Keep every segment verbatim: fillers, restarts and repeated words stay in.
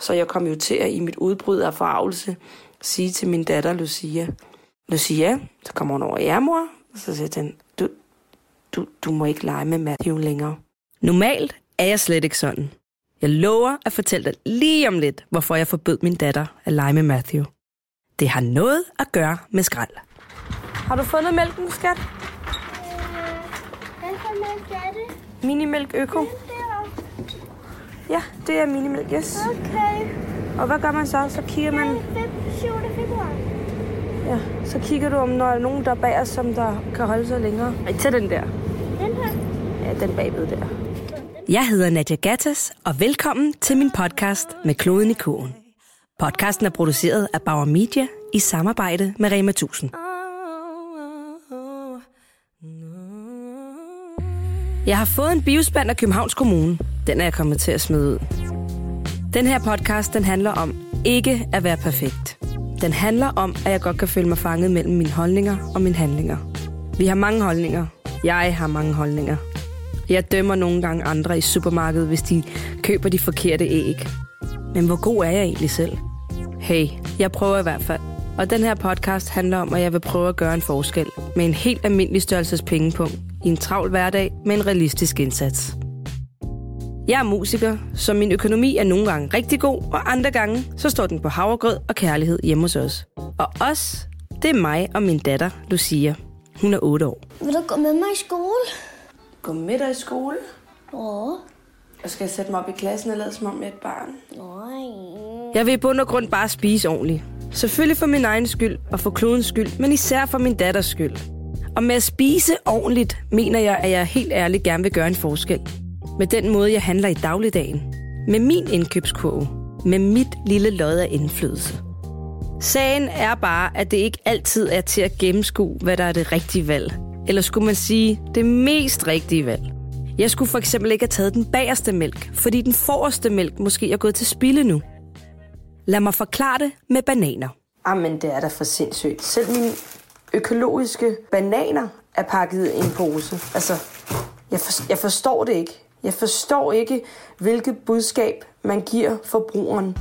Så jeg kom jo til at i mit udbrud af forarvelse sige til min datter Lucia, Lucia, så kommer hun over, ja mor, og så siger den, du, du, du må ikke lege med Matthew længere. Normalt er jeg slet ikke sådan. Jeg lover at fortælle dig lige om lidt, hvorfor jeg forbød min datter at lege med Matthew. Det har noget at gøre med skrald. Har du fundet mælken, skat? Hvad for mælk er det? Minimælk Øko. Ja, det er minimælk, yes. Okay. Og hvad gør man så? Så kigger man... syvende februar. Ja, så kigger du om, når der er nogen, der er bag os, som der kan holde sig længere. Ej, tag den der. Den her? Ja, den bagved der. Jeg hedder Nadia Gattas, og velkommen til min podcast med Kloden i kurven. Podcasten er produceret af Bauer Media i samarbejde med Rema tusind. Jeg har fået en biospand af Københavns Kommune. Den er jeg kommet til at smide ud. Den her podcast, den handler om ikke at være perfekt. Den handler om, at jeg godt kan føle mig fanget mellem mine holdninger og mine handlinger. Vi har mange holdninger. Jeg har mange holdninger. Jeg dømmer nogle gange andre i supermarkedet, hvis de køber de forkerte æg. Men hvor god er jeg egentlig selv? Hey, jeg prøver i hvert fald. Og den her podcast handler om, at jeg vil prøve at gøre en forskel med en helt almindelig størrelses pengepunkt i en travl hverdag med en realistisk indsats. Jeg er musiker, så min økonomi er nogle gange rigtig god, og andre gange så står den på havregrød og kærlighed hjemme hos os. Og os, det er mig og min datter, Lucia. Hun er otte år. Vil du gå med mig i skole? Gå med dig i skole? Ja. Og skal jeg sætte mig op i klassen og lade som om jeg er et barn? Nej. Jeg vil i bund og grund bare spise ordentligt. Selvfølgelig for min egen skyld og for klodens skyld, men især for min datters skyld. Og med at spise ordentligt, mener jeg, at jeg helt ærligt gerne vil gøre en forskel. Med den måde, jeg handler i dagligdagen. Med min indkøbskurve. Med mit lille lod af indflydelse. Sagen er bare, at det ikke altid er til at gennemskue, hvad der er det rigtige valg. Eller skulle man sige, det mest rigtige valg. Jeg skulle for eksempel ikke have taget den bagerste mælk, fordi den forreste mælk måske er gået til spilde nu. Lad mig forklare det med bananer. Jamen, det er da for sindssygt. Selv mine økologiske bananer er pakket i en pose. Altså, jeg, for, jeg forstår det ikke. Jeg forstår ikke, hvilket budskab man giver forbrugeren.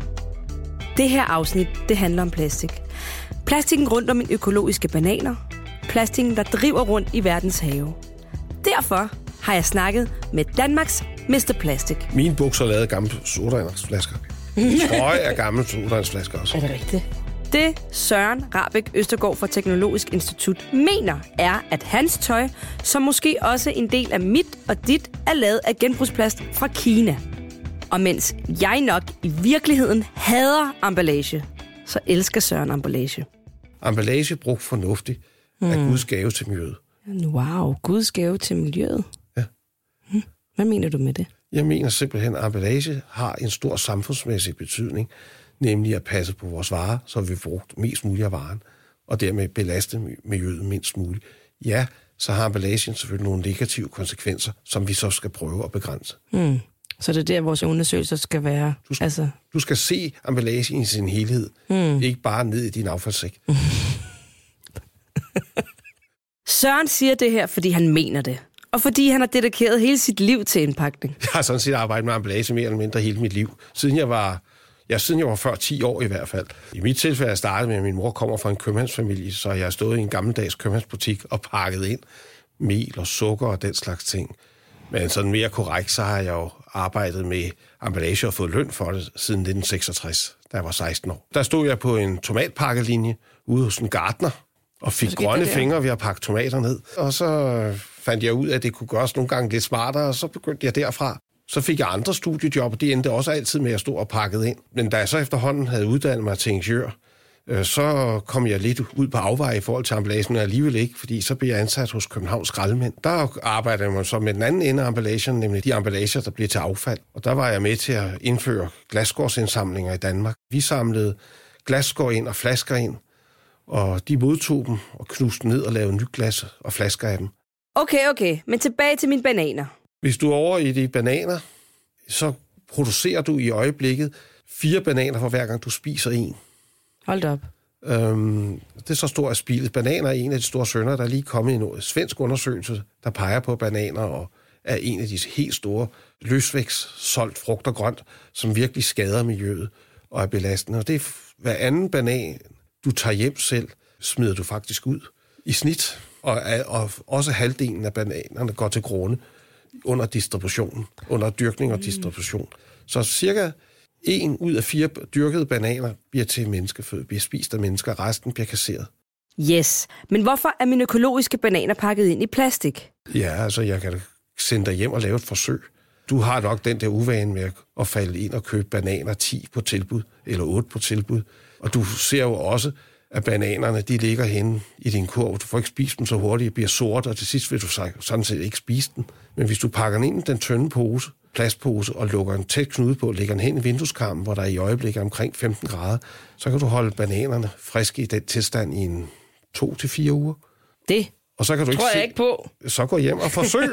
Det her afsnit, det handler om plastik. Plastikken rundt om mine økologiske bananer. Plastikken, der driver rundt i verdens have. Derfor har jeg snakket med Danmarks mister Plastic. Mine bukser er lavet af gamle sodavandsflasker. Trøje er gamle sodavandsflasker også. Er det rigtigt? Det Søren Rahbek Østergaard fra Teknologisk Institut mener, er, at hans tøj, som måske også en del af mit og dit, er lavet af genbrugsplast fra Kina. Og mens jeg nok i virkeligheden hader emballage, så elsker Søren emballage. Emballage brugt fornuftigt er hmm. Guds gave til miljøet. Wow, Guds gave til miljøet? Ja. Hmm. Hvad mener du med det? Jeg mener simpelthen, at emballage har en stor samfundsmæssig betydning, nemlig at passe på vores varer, så vi får brugt mest muligt af varen, og dermed belaste miljøet mindst muligt. Ja, så har emballagen selvfølgelig nogle negative konsekvenser, som vi så skal prøve at begrænse. Hmm. Så det er der, vores undersøgelser skal være? Du skal, altså... du skal se emballagen i sin helhed, hmm. ikke bare ned i din affaldssæk. Søren siger det her, fordi han mener det. Og fordi han har dedikeret hele sit liv til indpakning. Jeg har sådan set arbejdet med emballage mere eller mindre hele mit liv. Siden jeg var, ja, siden jeg var før ti år i hvert fald. I mit tilfælde er jeg startet med, at min mor kommer fra en købmandsfamilie, så jeg har stået i en gammeldags købmandsbutik og pakket ind mel og sukker og den slags ting. Men sådan mere korrekt, så har jeg jo arbejdet med emballage og fået løn for det siden nitten seksogtres, da jeg var seksten år. Der stod jeg på en tomatpakkelinje ude hos en gartner, og fik grønne fingre ved at pakke tomater ned. Og så fandt jeg ud af, at det kunne gøres nogle gange lidt smartere, og så begyndte jeg derfra. Så fik jeg andre studiejob, og det endte også altid med at stå og pakket ind. Men da jeg så efterhånden havde uddannet mig til ingeniør, så kom jeg lidt ud på afveje i forhold til emballagen, men alligevel ikke, fordi så blev jeg ansat hos Københavns Skraldemænd. Der arbejder man så med den anden ende af emballagen, nemlig de emballager, der bliver til affald. Og der var jeg med til at indføre glasskårsindsamlinger i Danmark. Vi samlede glasskår ind og flasker ind, og de modtog dem og knuste ned og lavede nyt glas og flasker af dem. Okay, okay, men tilbage til mine bananer. Hvis du er over i de bananer, så producerer du i øjeblikket fire bananer for hver gang du spiser en. Hold da op. Øhm, det er så stort spildet. Bananer er en af de store synder, der er lige kommet i en svensk undersøgelse, der peger på, at bananer og er en af de helt store løsvækst solgt frugt og grønt, som virkelig skader miljøet og er belastende. Og det er hver anden banan, du tager hjem selv, smider du faktisk ud i snit. Og, og også halvdelen af bananerne går til grunde under distributionen, under dyrkning og distribution. Så cirka en ud af fire dyrkede bananer bliver til menneskeføde, bliver spist af mennesker, resten bliver kasseret. Yes, men hvorfor er mine økologiske bananer pakket ind i plastik? Ja, altså jeg kan sende dig hjem og lave et forsøg. Du har nok den der uvane med at falde ind og købe bananer ti på tilbud, eller otte på tilbud. Og du ser jo også, at bananerne, de ligger henne i din kurv. Du får ikke spist dem så hurtigt, bliver sort, og til sidst vil du sådan set ikke spise den. Men hvis du pakker den ind i den tynde pose, plastpose, og lukker en tæt knude på, lægger den hen i vindueskarmen, hvor der i øjeblikket er omkring femten grader, så kan du holde bananerne friske i den tilstand i en to til fire uger. Det og så kan du ikke tror jeg se, ikke på. Så gå hjem og forsøg.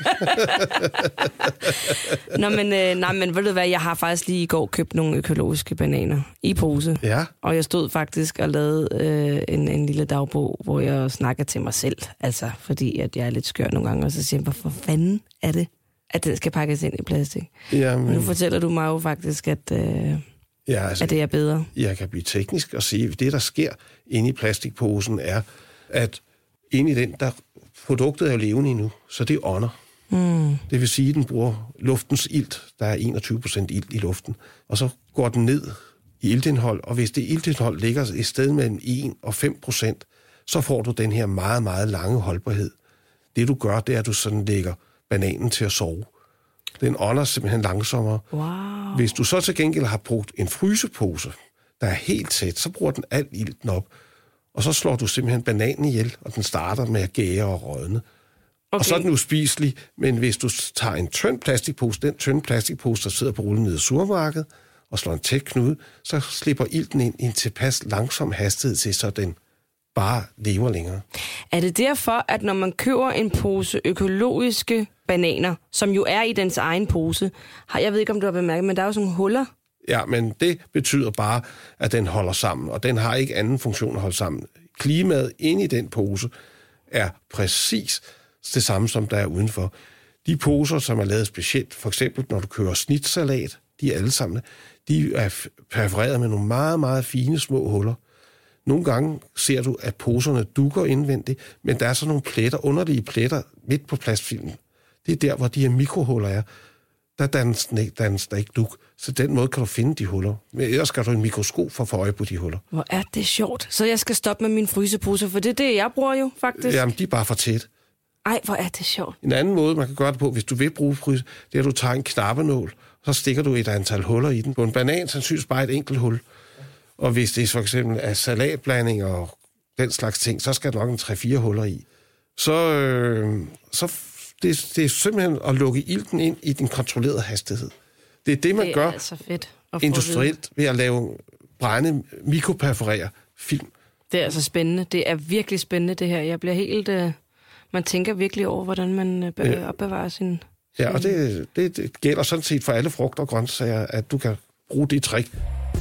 Nå, men, øh, nej, men ved du hvad, jeg har faktisk lige i går købt nogle økologiske bananer i pose. Ja. Og jeg stod faktisk og lavede øh, en, en lille dagbog, hvor jeg snakker til mig selv. Altså, fordi at jeg er lidt skør nogle gange, og så siger jeg, hvorfor fanden er det, at den skal pakkes ind i plastik? Jamen, nu fortæller du mig jo faktisk, at, øh, ja, altså, at det er bedre. Jeg kan blive teknisk og sige, at det, der sker inde i plastikposen, er, at inde i den, der produktet er jo levende endnu, så det ånder. Mm. Det vil sige, at den bruger luftens ilt. Der er enogtyve procent ilt i luften. Og så går den ned i iltindhold, og hvis det iltindhold ligger et sted mellem en og fem procent, så får du den her meget, meget lange holdbarhed. Det du gør, det er, at du sådan lægger bananen til at sove. Den ånder simpelthen langsommere. Wow. Hvis du så til gengæld har brugt en frysepose, der er helt tæt, så bruger den alt ilten op. Og så slår du simpelthen bananen ihjel, og den starter med at gære og rådne. Okay. Og så er den uspiselig, men hvis du tager en tynd plastikpose, den tynde plastikpose, der sidder på rullen nede i supermarkedet, og slår en tæt knude, så slipper ilten ind i en tilpas langsom hastighed til, så den bare lever længere. Er det derfor, at når man køber en pose økologiske bananer, som jo er i dens egen pose, har, jeg ved ikke, om du har bemærket, men der er jo sådan nogle huller? Ja, men det betyder bare, at den holder sammen, og den har ikke anden funktion at holde sammen. Klimaet inde i den pose er præcis det samme, som der er udenfor. De poser, som er lavet specielt, for eksempel når du kører snitsalat, de er alle sammen, de er perforeret med nogle meget, meget fine små huller. Nogle gange ser du, at poserne dukker indvendigt, men der er så nogle pletter, underlige pletter midt på plastfilmen. Det er der, hvor de her mikrohuller er. Der dannes der ikke duk. Så den måde kan du finde de huller. Men ellers skal du en mikroskop for at få øje på de huller. Hvor er det sjovt. Så jeg skal stoppe med min frysepose, for det er det, jeg bruger jo faktisk. Jamen, de er bare for tæt. Ej, hvor er det sjovt. En anden måde, man kan gøre det på, hvis du vil bruge fryse, det er, at du tager en knappenål, så stikker du et antal huller i den. På en banan sandsynligvis bare et enkelt hul. Og hvis det for eksempel er salatblanding og den slags ting, så skal der nok en tre fire huller i. Så, øh, så det, det er simpelthen at lukke ilten ind i den kontrollerede hastighed. Det er det, man det er gør altså fedt at industrielt ved at lave brænde, mikroperforere film. Det er altså spændende. Det er virkelig spændende, det her. Jeg bliver helt... Øh, man tænker virkelig over, hvordan man øh, ja. opbevarer sin... Ja, og det, det, det gælder sådan set for alle frugter og grøntsager, at du kan bruge det trick.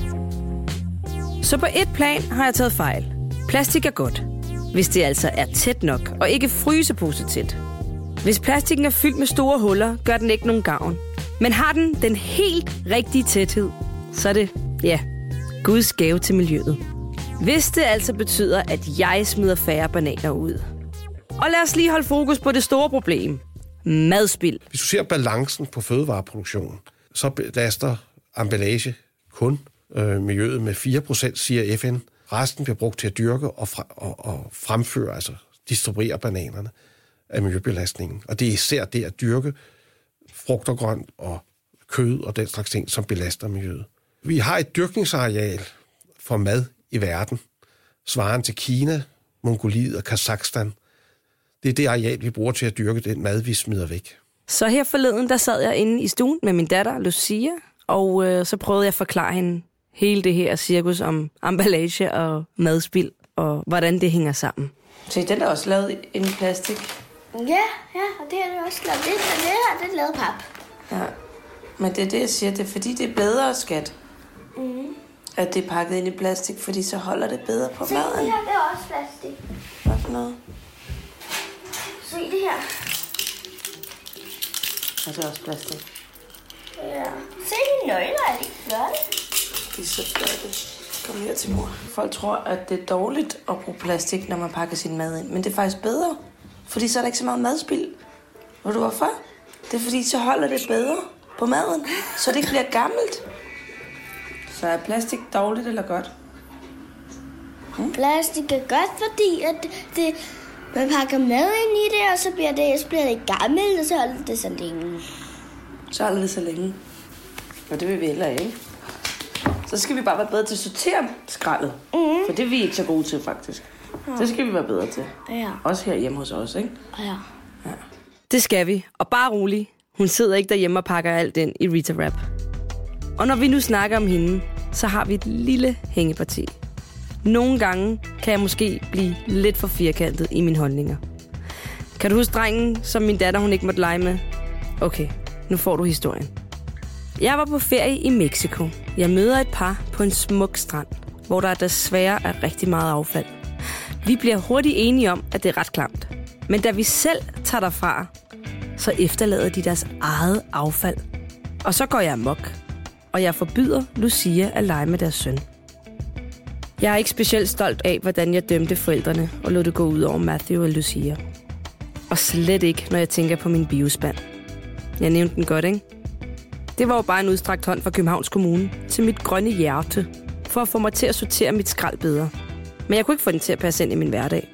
Så på et plan har jeg taget fejl. Plastik er godt, hvis det altså er tæt nok, og ikke frysepose tæt. Hvis plastikken er fyldt med store huller, gør den ikke nogen gavn. Men har den den helt rigtige tæthed, så er det, ja, Guds gave til miljøet. Hvis det altså betyder, at jeg smider færre bananer ud. Og lad os lige holde fokus på det store problem. Madspild. Hvis du ser balancen på fødevareproduktionen, så belaster emballage kun øh, miljøet med fire procent, siger F N. Resten bliver brugt til at dyrke og, fra, og, og fremføre, altså distribuere bananerne af miljøbelastningen. Og det er især det at dyrke frugt og grønt og kød og den slags ting, som belaster miljøet. Vi har et dyrkningsareal for mad i verden, svarende til Kina, Mongoliet og Kazakhstan. Det er det areal, vi bruger til at dyrke den mad, vi smider væk. Så her forleden, der sad jeg inde i stuen med min datter, Lucia, og øh, så prøvede jeg at forklare hende hele det her cirkus om emballage og madspild, og hvordan det hænger sammen. Så den er også lavet i plastik? Ja, ja, og det er det også lavet. Det, det her, det er lavet pap. Ja, men det er det, jeg siger, det er fordi, det er bedre, skat. Mm. At det er pakket ind i plastik, fordi så holder det bedre på Se, maden. Se, det her, det er også plastik. Hvad for noget? Se det her. Og det er også plastik. Ja. Se, dine nøgler er ikke flotte. De er så flotte. Kom her til mor. Folk tror, at det er dårligt at bruge plastik, når man pakker sin mad ind. Men det er faktisk bedre. Fordi så er der ikke så meget madspild. Ved du hvorfor? Det er fordi, så holder det bedre på maden. Så det ikke bliver gammelt. Så er plastik dårligt eller godt? Hmm? Plastik er godt, fordi at det, man pakker mad ind i det, og så bliver det, så bliver det gammelt, og så holder det så længe. Så holder det så længe. Og det vil vi heller ikke. Så skal vi bare være bedre til at sortere skraldet. Mm. For det er vi ikke så gode til, faktisk. Ja. Det skal vi være bedre til. Ja. Også her hjemme hos os, ikke? Ja. Ja. Det skal vi. Og bare rolig. Hun sidder ikke derhjemme og pakker alt ind i Rita Rap. Og når vi nu snakker om hende, så har vi et lille hængeparti. Nogle gange kan jeg måske blive lidt for firkantet i mine holdninger. Kan du huske drengen, som min datter hun ikke måtte lege med? Okay, nu får du historien. Jeg var på ferie i Mexico. Jeg møder et par på en smuk strand, hvor der desværre er rigtig meget affald. Vi bliver hurtigt enige om, at det er ret klamt. Men da vi selv tager derfra, så efterlader de deres eget affald. Og så går jeg amok, og jeg forbyder Lucia at lege med deres søn. Jeg er ikke specielt stolt af, hvordan jeg dømte forældrene og lod det gå ud over Matthew og Lucia. Og slet ikke, når jeg tænker på min biospand. Jeg nævnte den godt, ikke? Det var jo bare en udstrakt hånd fra Københavns Kommune til mit grønne hjerte, for at få mig til at sortere mit skrald bedre. Men jeg kunne ikke få den til at passe ind i min hverdag.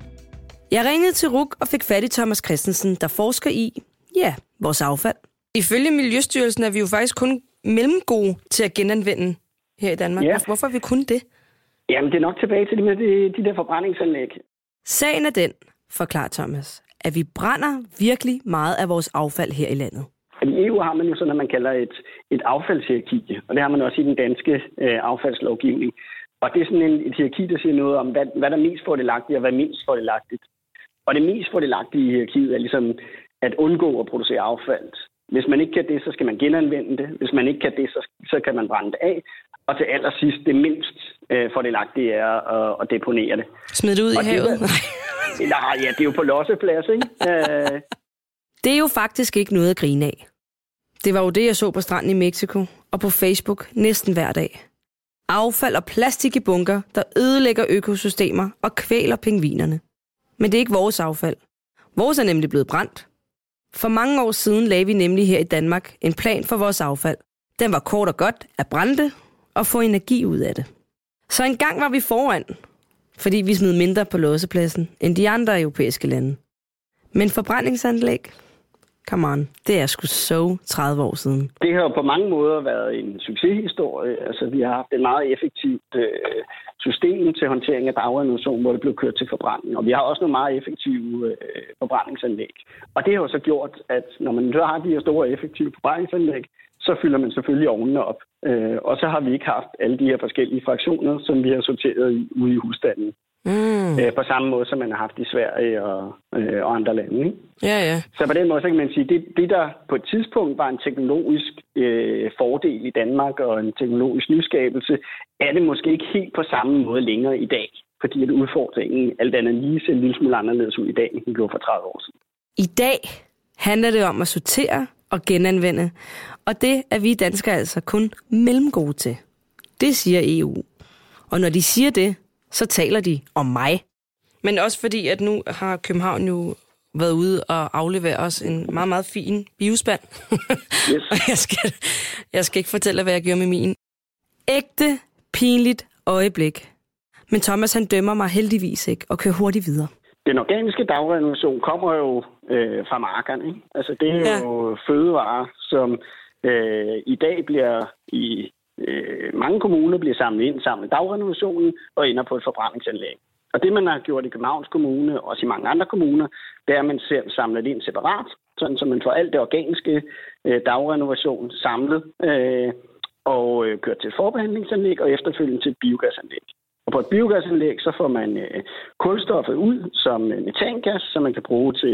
Jeg ringede til R U K og fik fat i Thomas Christensen, der forsker i, ja, vores affald. Ifølge Miljøstyrelsen er vi jo faktisk kun mellemgode til at genanvende her i Danmark. Ja. Hvorfor er vi kun det? Jamen, det er nok tilbage til de, med de, de der forbrændingsanlæg. Sagen er den, forklarer Thomas, at vi brænder virkelig meget af vores affald her i landet. I E U har man jo sådan, at man kalder et, et affaldshierarki, og det har man også i den danske øh, affaldslovgivning. Og det er sådan en, et hierarki, der siger noget om, hvad, hvad der er mest fordelagtigt og hvad er mindst fordelagtigt. Og det mest fordelagtige i hierarkiet er ligesom at undgå at producere affald. Hvis man ikke kan det, så skal man genanvende det. Hvis man ikke kan det, så, så kan man brænde det af. Og til allersidst, det mindst øh, fordelagtige er at, at deponere det. Smid det ud og i havet? Det, nej, ja, det er jo på losseplads, ikke? Øh. Det er jo faktisk ikke noget at grine af. Det var jo det, jeg så på stranden i Mexico og på Facebook næsten hver dag. Affald og plastik i bunker, der ødelægger økosystemer og kvæler pingvinerne. Men det er ikke vores affald. Vores er nemlig blevet brændt. For mange år siden lagde vi nemlig her i Danmark en plan for vores affald. Den var kort og godt at brænde det og få energi ud af det. Så engang var vi foran, fordi vi smed mindre på låsepladsen end de andre europæiske lande. Men forbrændingsanlæg? Come on, det er sgu så tredive år siden. Det har på mange måder været en succeshistorie. Altså, vi har haft et meget effektivt øh, system til håndtering af dagreduktion, hvor det blev kørt til forbrænding. Og vi har også nogle meget effektive øh, forbrændingsanlæg. Og det har jo så gjort, at når man så har de her store effektive forbrændingsanlæg, så fylder man selvfølgelig ovnene op. Øh, og så har vi ikke haft alle de her forskellige fraktioner, som vi har sorteret i, ude i husstanden. Mm. Øh, på samme måde, som man har haft i Sverige og, øh, og andre lande. Ikke? Ja, ja. Så på den måde, så kan man sige, det, det der på et tidspunkt var en teknologisk øh, fordel i Danmark og en teknologisk nyskabelse, er det måske ikke helt på samme måde længere i dag. Fordi at udfordringen alt andet lige ser en lille smule anderledes ud i dag, end den gjorde for tredive år siden. I dag handler det om at sortere og genanvende, og det er vi danskere altså kun mellemgode til. Det siger E U. Og når de siger det, så taler de om mig. Men også fordi, at nu har København jo været ude og aflevere os en meget, meget fin biospand. Yes. Og jeg skal, jeg skal ikke fortælle, hvad jeg gjorde med min. Ægte, pinligt øjeblik. Men Thomas, han dømmer mig heldigvis ikke og kører hurtigt videre. Den organiske dagreduktion kommer jo øh, fra markerne. Ikke? Altså, det er ja. jo fødevarer, som øh, i dag bliver i øh, mange kommuner bliver samlet ind sammen med dagreduktionen og ender på et forbrændingsanlæg. Og det, man har gjort i Københavns Kommune, og også i mange andre kommuner, det er, at man selv samler det ind separat, sådan så man får alt det organiske øh, dagrenovation samlet øh, og øh, kørt til et forbehandlingsanlæg og efterfølgende til et biogasanlæg. Og på et biogasanlæg, så får man øh, kulstoffet ud som metangas, som man kan bruge til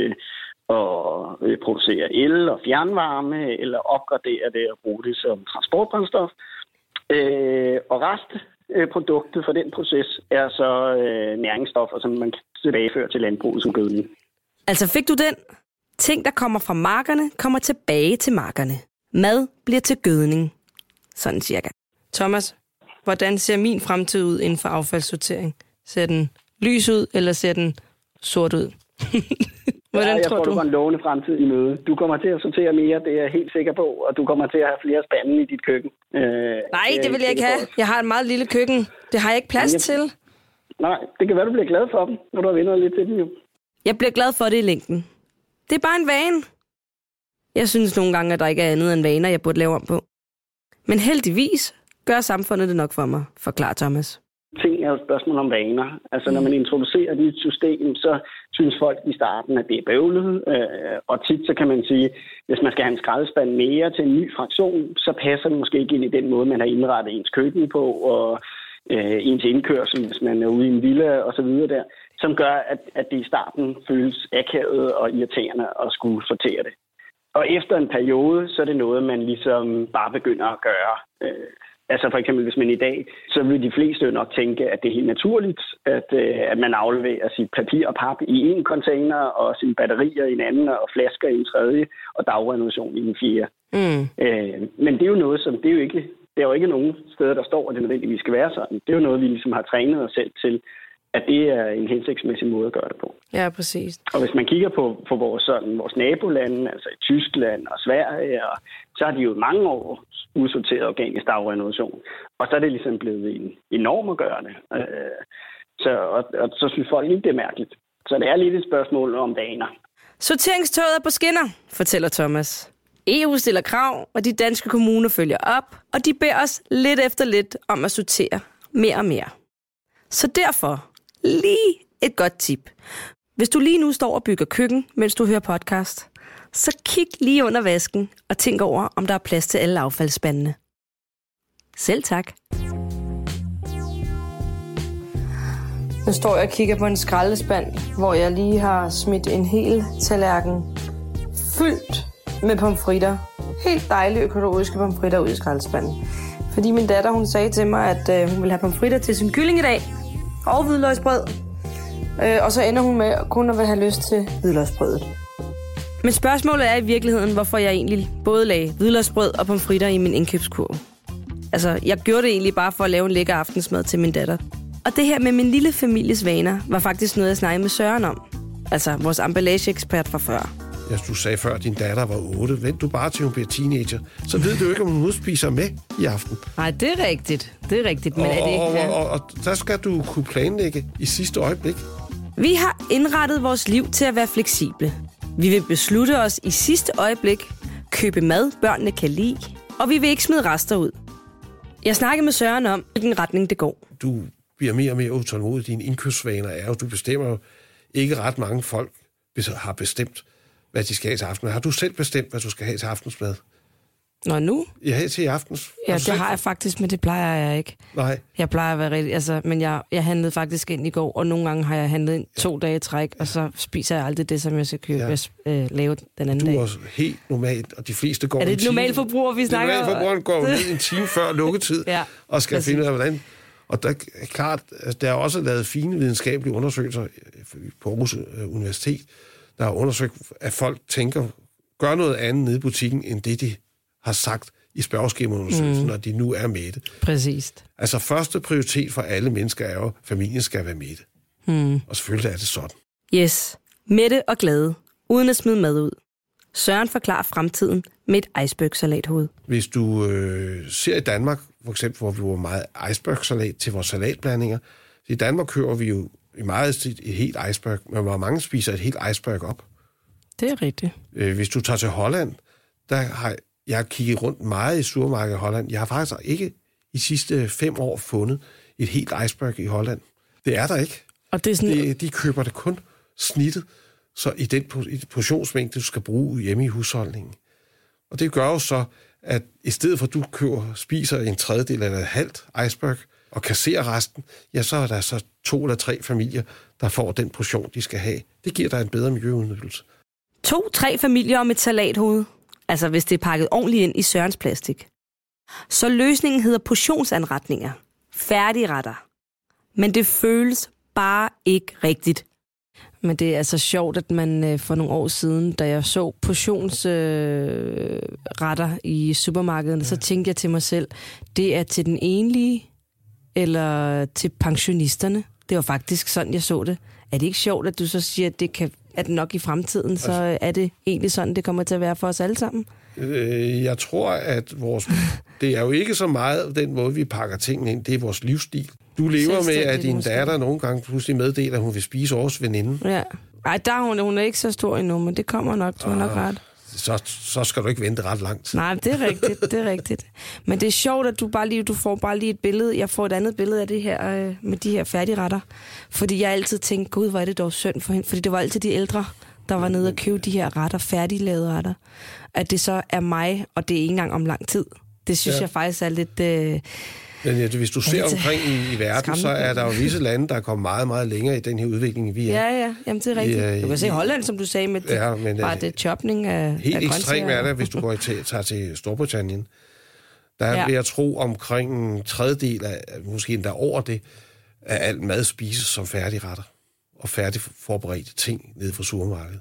at øh, producere el og fjernvarme, eller opgradere det og bruge det som transportbrændstof. Øh, og restproduktet for den proces er så øh, næringsstoffer, som man kan tilbageføre til landbruget som gødning. Altså fik du den? Ting, der kommer fra markerne, kommer tilbage til markerne. Mad bliver til gødning. Sådan cirka. Thomas, hvordan ser min fremtid ud inden for affaldssortering? Ser den lys ud, eller ser den sort ud? Hvordan ja, jeg tror, tror, du? du går en lovende fremtid i møde. Du kommer til at sortere mere, det er jeg helt sikker på, og du kommer til at have flere spande i dit køkken. Øh, Nej, det, det vil jeg ikke have. Jeg har et meget lille køkken. Det har jeg ikke plads jeg... til. Nej, det kan være, du bliver glad for dem, når du har vendt lidt til dem jo. Jeg bliver glad for det i længden. Det er bare en vane. Jeg synes nogle gange, at der ikke er andet end vaner, jeg burde lave om på. Men heldigvis gør samfundet det nok for mig, forklarer Thomas. Ting er jo et spørgsmål om vaner. Altså, når man introducerer et nyt system, så synes folk i starten, at det er bøvlet. Øh, og tit så kan man sige, hvis man skal have en skraldespand mere til en ny fraktion, så passer det måske ikke ind i den måde, man har indrettet ens køkken på, og øh, ens indkørsel, hvis man er ude i en villa og så videre der, som gør, at, at det i starten føles akavet og irriterende at skulle sortere det. Og efter en periode, så er det noget, man ligesom bare begynder at gøre. Øh, altså for eksempel, hvis man i dag, så vil de fleste nok tænke, at det er helt naturligt, at, øh, at man afleverer sit papir og pap i en container, og sine batterier i en anden, og flasker i en tredje, og dagrenovation i en fjerde. Mm. Øh, men det er jo noget, som det er jo ikke, det er jo ikke nogen steder, der står, at det nødvendigvis skal være sådan. Det er jo noget, vi ligesom har trænet os selv til, at det er en hensigtsmæssig måde at gøre det på. Ja, præcis. Og hvis man kigger på, på vores, sådan, vores nabolande, altså i Tyskland og Sverige, og, så har de jo mange år udsorteret organisk dagrenovation. Og så er det ligesom blevet en, en norm at gøre det. Øh, så, og, og så synes folk ikke, det er mærkeligt. Så det er lidt et spørgsmål om vaner. Sorteringstoget er på skinner, fortæller Thomas. E U stiller krav, og de danske kommuner følger op, og de beder os lidt efter lidt om at sortere mere og mere. Så derfor lige et godt tip. Hvis du lige nu står og bygger køkken, mens du hører podcast, så kig lige under vasken og tænk over, om der er plads til alle affaldsspandene. Selv tak. Nu står jeg og kigger på en skraldespand, hvor jeg lige har smidt en hel tallerken fyldt med pomfritter. Helt dejlige økologiske pomfritter ud i skraldespanden. Fordi min datter, hun sagde til mig, at øh, hun ville have pomfritter til sin kylling i dag. Og hvidløgsbrød. Øh, og så ender hun med kun at have lyst til hvidløgsbrødet. Men spørgsmålet er i virkeligheden, hvorfor jeg egentlig både lagde hvidløgsbrød og pomfritter i min indkøbskurv. Altså, jeg gjorde det egentlig bare for at lave en lækker aftensmad til min datter. Og det her med min lille families vaner var faktisk noget, jeg snakkede med Søren om. Altså, vores emballageekspert fra før. Ja, du sagde før, at din datter var otte. Vent du bare til, hun bliver teenager. Så ved du ikke, om hun spiser med i aften. Nej, det er rigtigt. Det er rigtigt, men og, er det ikke... Og, og, og, og der skal du kunne planlægge i sidste øjeblik. Vi har indrettet vores liv til at være fleksible. Vi vil beslutte os i sidste øjeblik, købe mad, børnene kan lide, og vi vil ikke smide rester ud. Jeg snakkede med Søren om, hvilken retning det går. Du bliver mere og mere utålmodig. Dine indkøbsvaner er jo, du bestemmer jo ikke ret mange folk, hvis har bestemt, hvad de skal have til aftensmad. Har du selv bestemt, hvad du skal have til aftensmad? Nå, nu? Ja, til aftens. Ja, det har jeg faktisk, men det plejer jeg ikke. Nej. Jeg plejer at være rigtig... Altså, men jeg, jeg handlede faktisk ind i går, og nogle gange har jeg handlet ind to ja. dage i træk, og så spiser jeg aldrig det, som jeg skal købe, ja. øh, lave den anden du dag. Du er også helt normalt, og de fleste går... Er det et normalt forbruger, vi snakker om? Normalforbrugeren går ned en time før lukketid, ja, og skal præcis. finde ud af, hvordan... Og der er klart, at der er også lavet fine videnskabelige undersøgelser på Aarhus Universitet, der har undersøgt, at folk tænker, gør noget andet nede i butikken, end det, de har sagt i spørgeskemaundersøgelsen, mm. når de nu er mætte. Præcis. Altså, første prioritet for alle mennesker er jo, at familien skal være mætte. Mm. Og selvfølgelig er det sådan. Yes. Mætte og glade, uden at smide mad ud. Søren forklarer fremtiden med et icebergsalathoved. Hvis du øh, ser i Danmark, for eksempel, hvor vi bruger meget icebergsalat til vores salatblandinger, i Danmark kører vi jo i meget et helt iceberg, men hvor mange spiser et helt iceberg op. Det er rigtigt. Hvis du tager til Holland, der har jeg kigget rundt meget i supermarkedet i Holland. Jeg har faktisk ikke i sidste fem år fundet et helt iceberg i Holland. Det er der ikke. Og det er sådan... de, de køber det kun snittet, så i den portionsmængde, du skal bruge hjemme i husholdningen. Og det gør jo så, at i stedet for at du køber, spiser en tredjedel eller et halvt iceberg, og kasserer resten, ja, så er der så to eller tre familier, der får den portion, de skal have. Det giver dig en bedre miljøudnyttelse. To-tre familier om et salathoved. Altså, hvis det er pakket ordentligt ind i Sørens plastik. Så løsningen hedder portionsanretninger. Færdigretter. Men det føles bare ikke rigtigt. Men det er altså sjovt, at man øh, for nogle år siden, da jeg så portionsretter øh, i supermarkederne, ja. så tænkte jeg til mig selv, det er til den enlige eller til pensionisterne. Det var faktisk sådan, jeg så det. Er det ikke sjovt, at du så siger, at det kan, at nok i fremtiden, så er det egentlig sådan, det kommer til at være for os alle sammen? Øh, jeg tror, at vores... det er jo ikke så meget den måde, vi pakker tingene ind. Det er vores livsstil. Du lever med, at din datter nogle gange pludselig meddeler, at hun vil spise års veninde. Ja. Ej, der er hun, hun er ikke så stor endnu, men det kommer nok, du har nok ret. Så, så skal du ikke vente ret lang tid. Nej, det er rigtigt, det er rigtigt. Men det er sjovt, at du bare lige, du får bare lige et billede. Jeg får et andet billede af det her, øh, med de her færdigretter. Fordi jeg altid tænkte, gud, hvor er det dog synd for hende. Fordi det var altid de ældre, der var nede og købe de her retter, færdiglavede retter. At det så er mig, og det er ikke engang om lang tid. Det synes ja. jeg faktisk er lidt... Øh, Men ja, hvis du ser omkring i, i verden, skræmmende. Så er der jo visse lande, der er kommet meget, meget længere i den her udvikling, vi er. Ja, ja, jamen det er rigtigt. I, du kan se Holland, som du sagde, med det, ja, men, bare det chopning af helt af ekstremt er det, hvis du går til, tager til Storbritannien. Der ja. vil jeg tro omkring en tredjedel af, måske endda over det, af alt mad spises som færdigretter og færdigforberedte ting nede fra supermarkedet.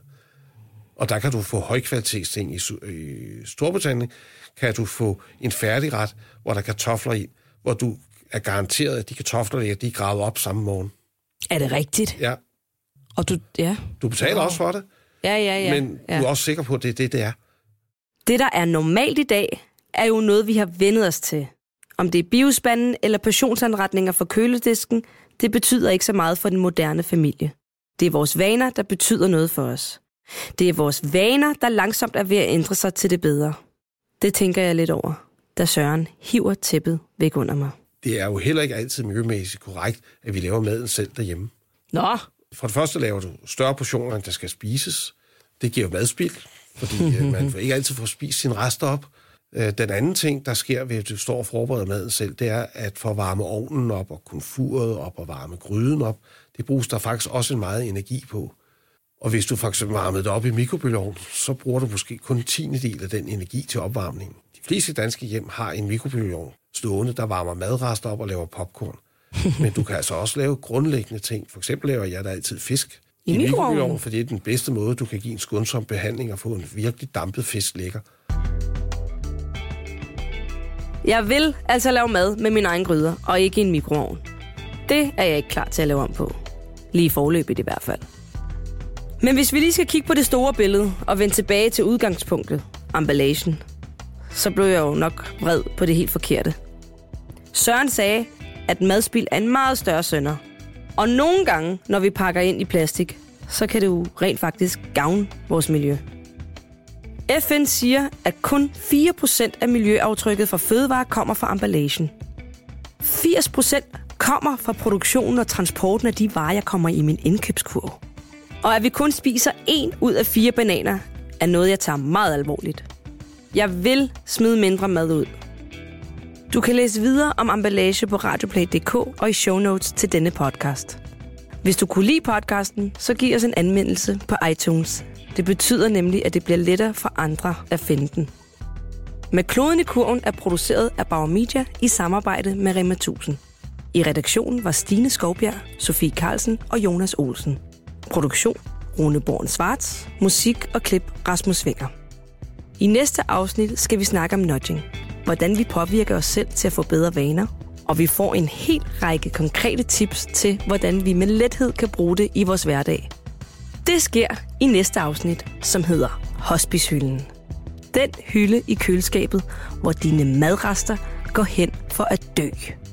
Og der kan du få højkvalitetsting i, i Storbritannien, kan du få en færdigret, hvor der er kartofler i, hvor du er garanteret, at de kartofler, der de er gravet op samme morgen. Er det rigtigt? Ja. Og du, ja. Du betaler oh. også for det. Ja, ja, ja. Men ja. du er også sikker på, at det er det, det er. Det, der er normalt i dag, er jo noget, vi har vendet os til. Om det er biospanden eller portionsanretninger for køledisken, det betyder ikke så meget for den moderne familie. Det er vores vaner, der betyder noget for os. Det er vores vaner, der langsomt er ved at ændre sig til det bedre. Det tænker jeg lidt over, da Søren hiver tæppet væk under mig. Det er jo heller ikke altid miljømæssigt korrekt, at vi laver maden selv derhjemme. Nå! For det første laver du større portioner, end der skal spises. Det giver jo madspild, fordi man får ikke altid får spist sine rester op. Den anden ting, der sker ved, at du står og forbereder maden selv, det er at få varme ovnen op og komfuret op og varme gryden op. Det bruges der faktisk også en meget energi på. Og hvis du for eksempel varmer det op i mikrobølgeovnen, så bruger du måske kun en tiende del af den energi til opvarmningen. De fleste danske hjem har en mikrobølgeovn stående, der varmer madrester op og laver popcorn. Men du kan altså også lave grundlæggende ting. For eksempel laver jeg da altid fisk i, i mikrobølgeovnen, for det er den bedste måde, du kan give en skånsom behandling og få en virkelig dampet fisk lækker. Jeg vil altså lave mad med min egen gryder, og ikke i en mikroovn. Det er jeg ikke klar til at lave om på. Lige forløbigt i hvert fald. Men hvis vi lige skal kigge på det store billede og vende tilbage til udgangspunktet, emballagen, så blev jeg jo nok vred på det helt forkerte. Søren sagde, at madspild er en meget større synder. Og nogle gange, når vi pakker ind i plastik, så kan det jo rent faktisk gavne vores miljø. F N siger, at kun fire procent af miljøaftrykket fra fødevarer kommer fra emballagen. firs procent kommer fra produktionen og transporten af de varer, jeg kommer i min indkøbskurv. Og at vi kun spiser en ud af fire bananer, er noget, jeg tager meget alvorligt. Jeg vil smide mindre mad ud. Du kan læse videre om emballage på radioplay punktum d k og i show notes til denne podcast. Hvis du kunne lide podcasten, så giv os en anmeldelse på iTunes. Det betyder nemlig, at det bliver lettere for andre at finde den. Med Kloden i kurven er produceret af Bauer Media i samarbejde med Rema tusind. I redaktionen var Stine Skovbjerg, Sofie Carlsen og Jonas Olsen. Produktion Rune Born Svarts, musik og klip Rasmus Wenger. I næste afsnit skal vi snakke om nudging. Hvordan vi påvirker os selv til at få bedre vaner. Og vi får en hel række konkrete tips til, hvordan vi med lethed kan bruge det i vores hverdag. Det sker i næste afsnit, som hedder Hospicehylden. Den hylde i køleskabet, hvor dine madrester går hen for at dø.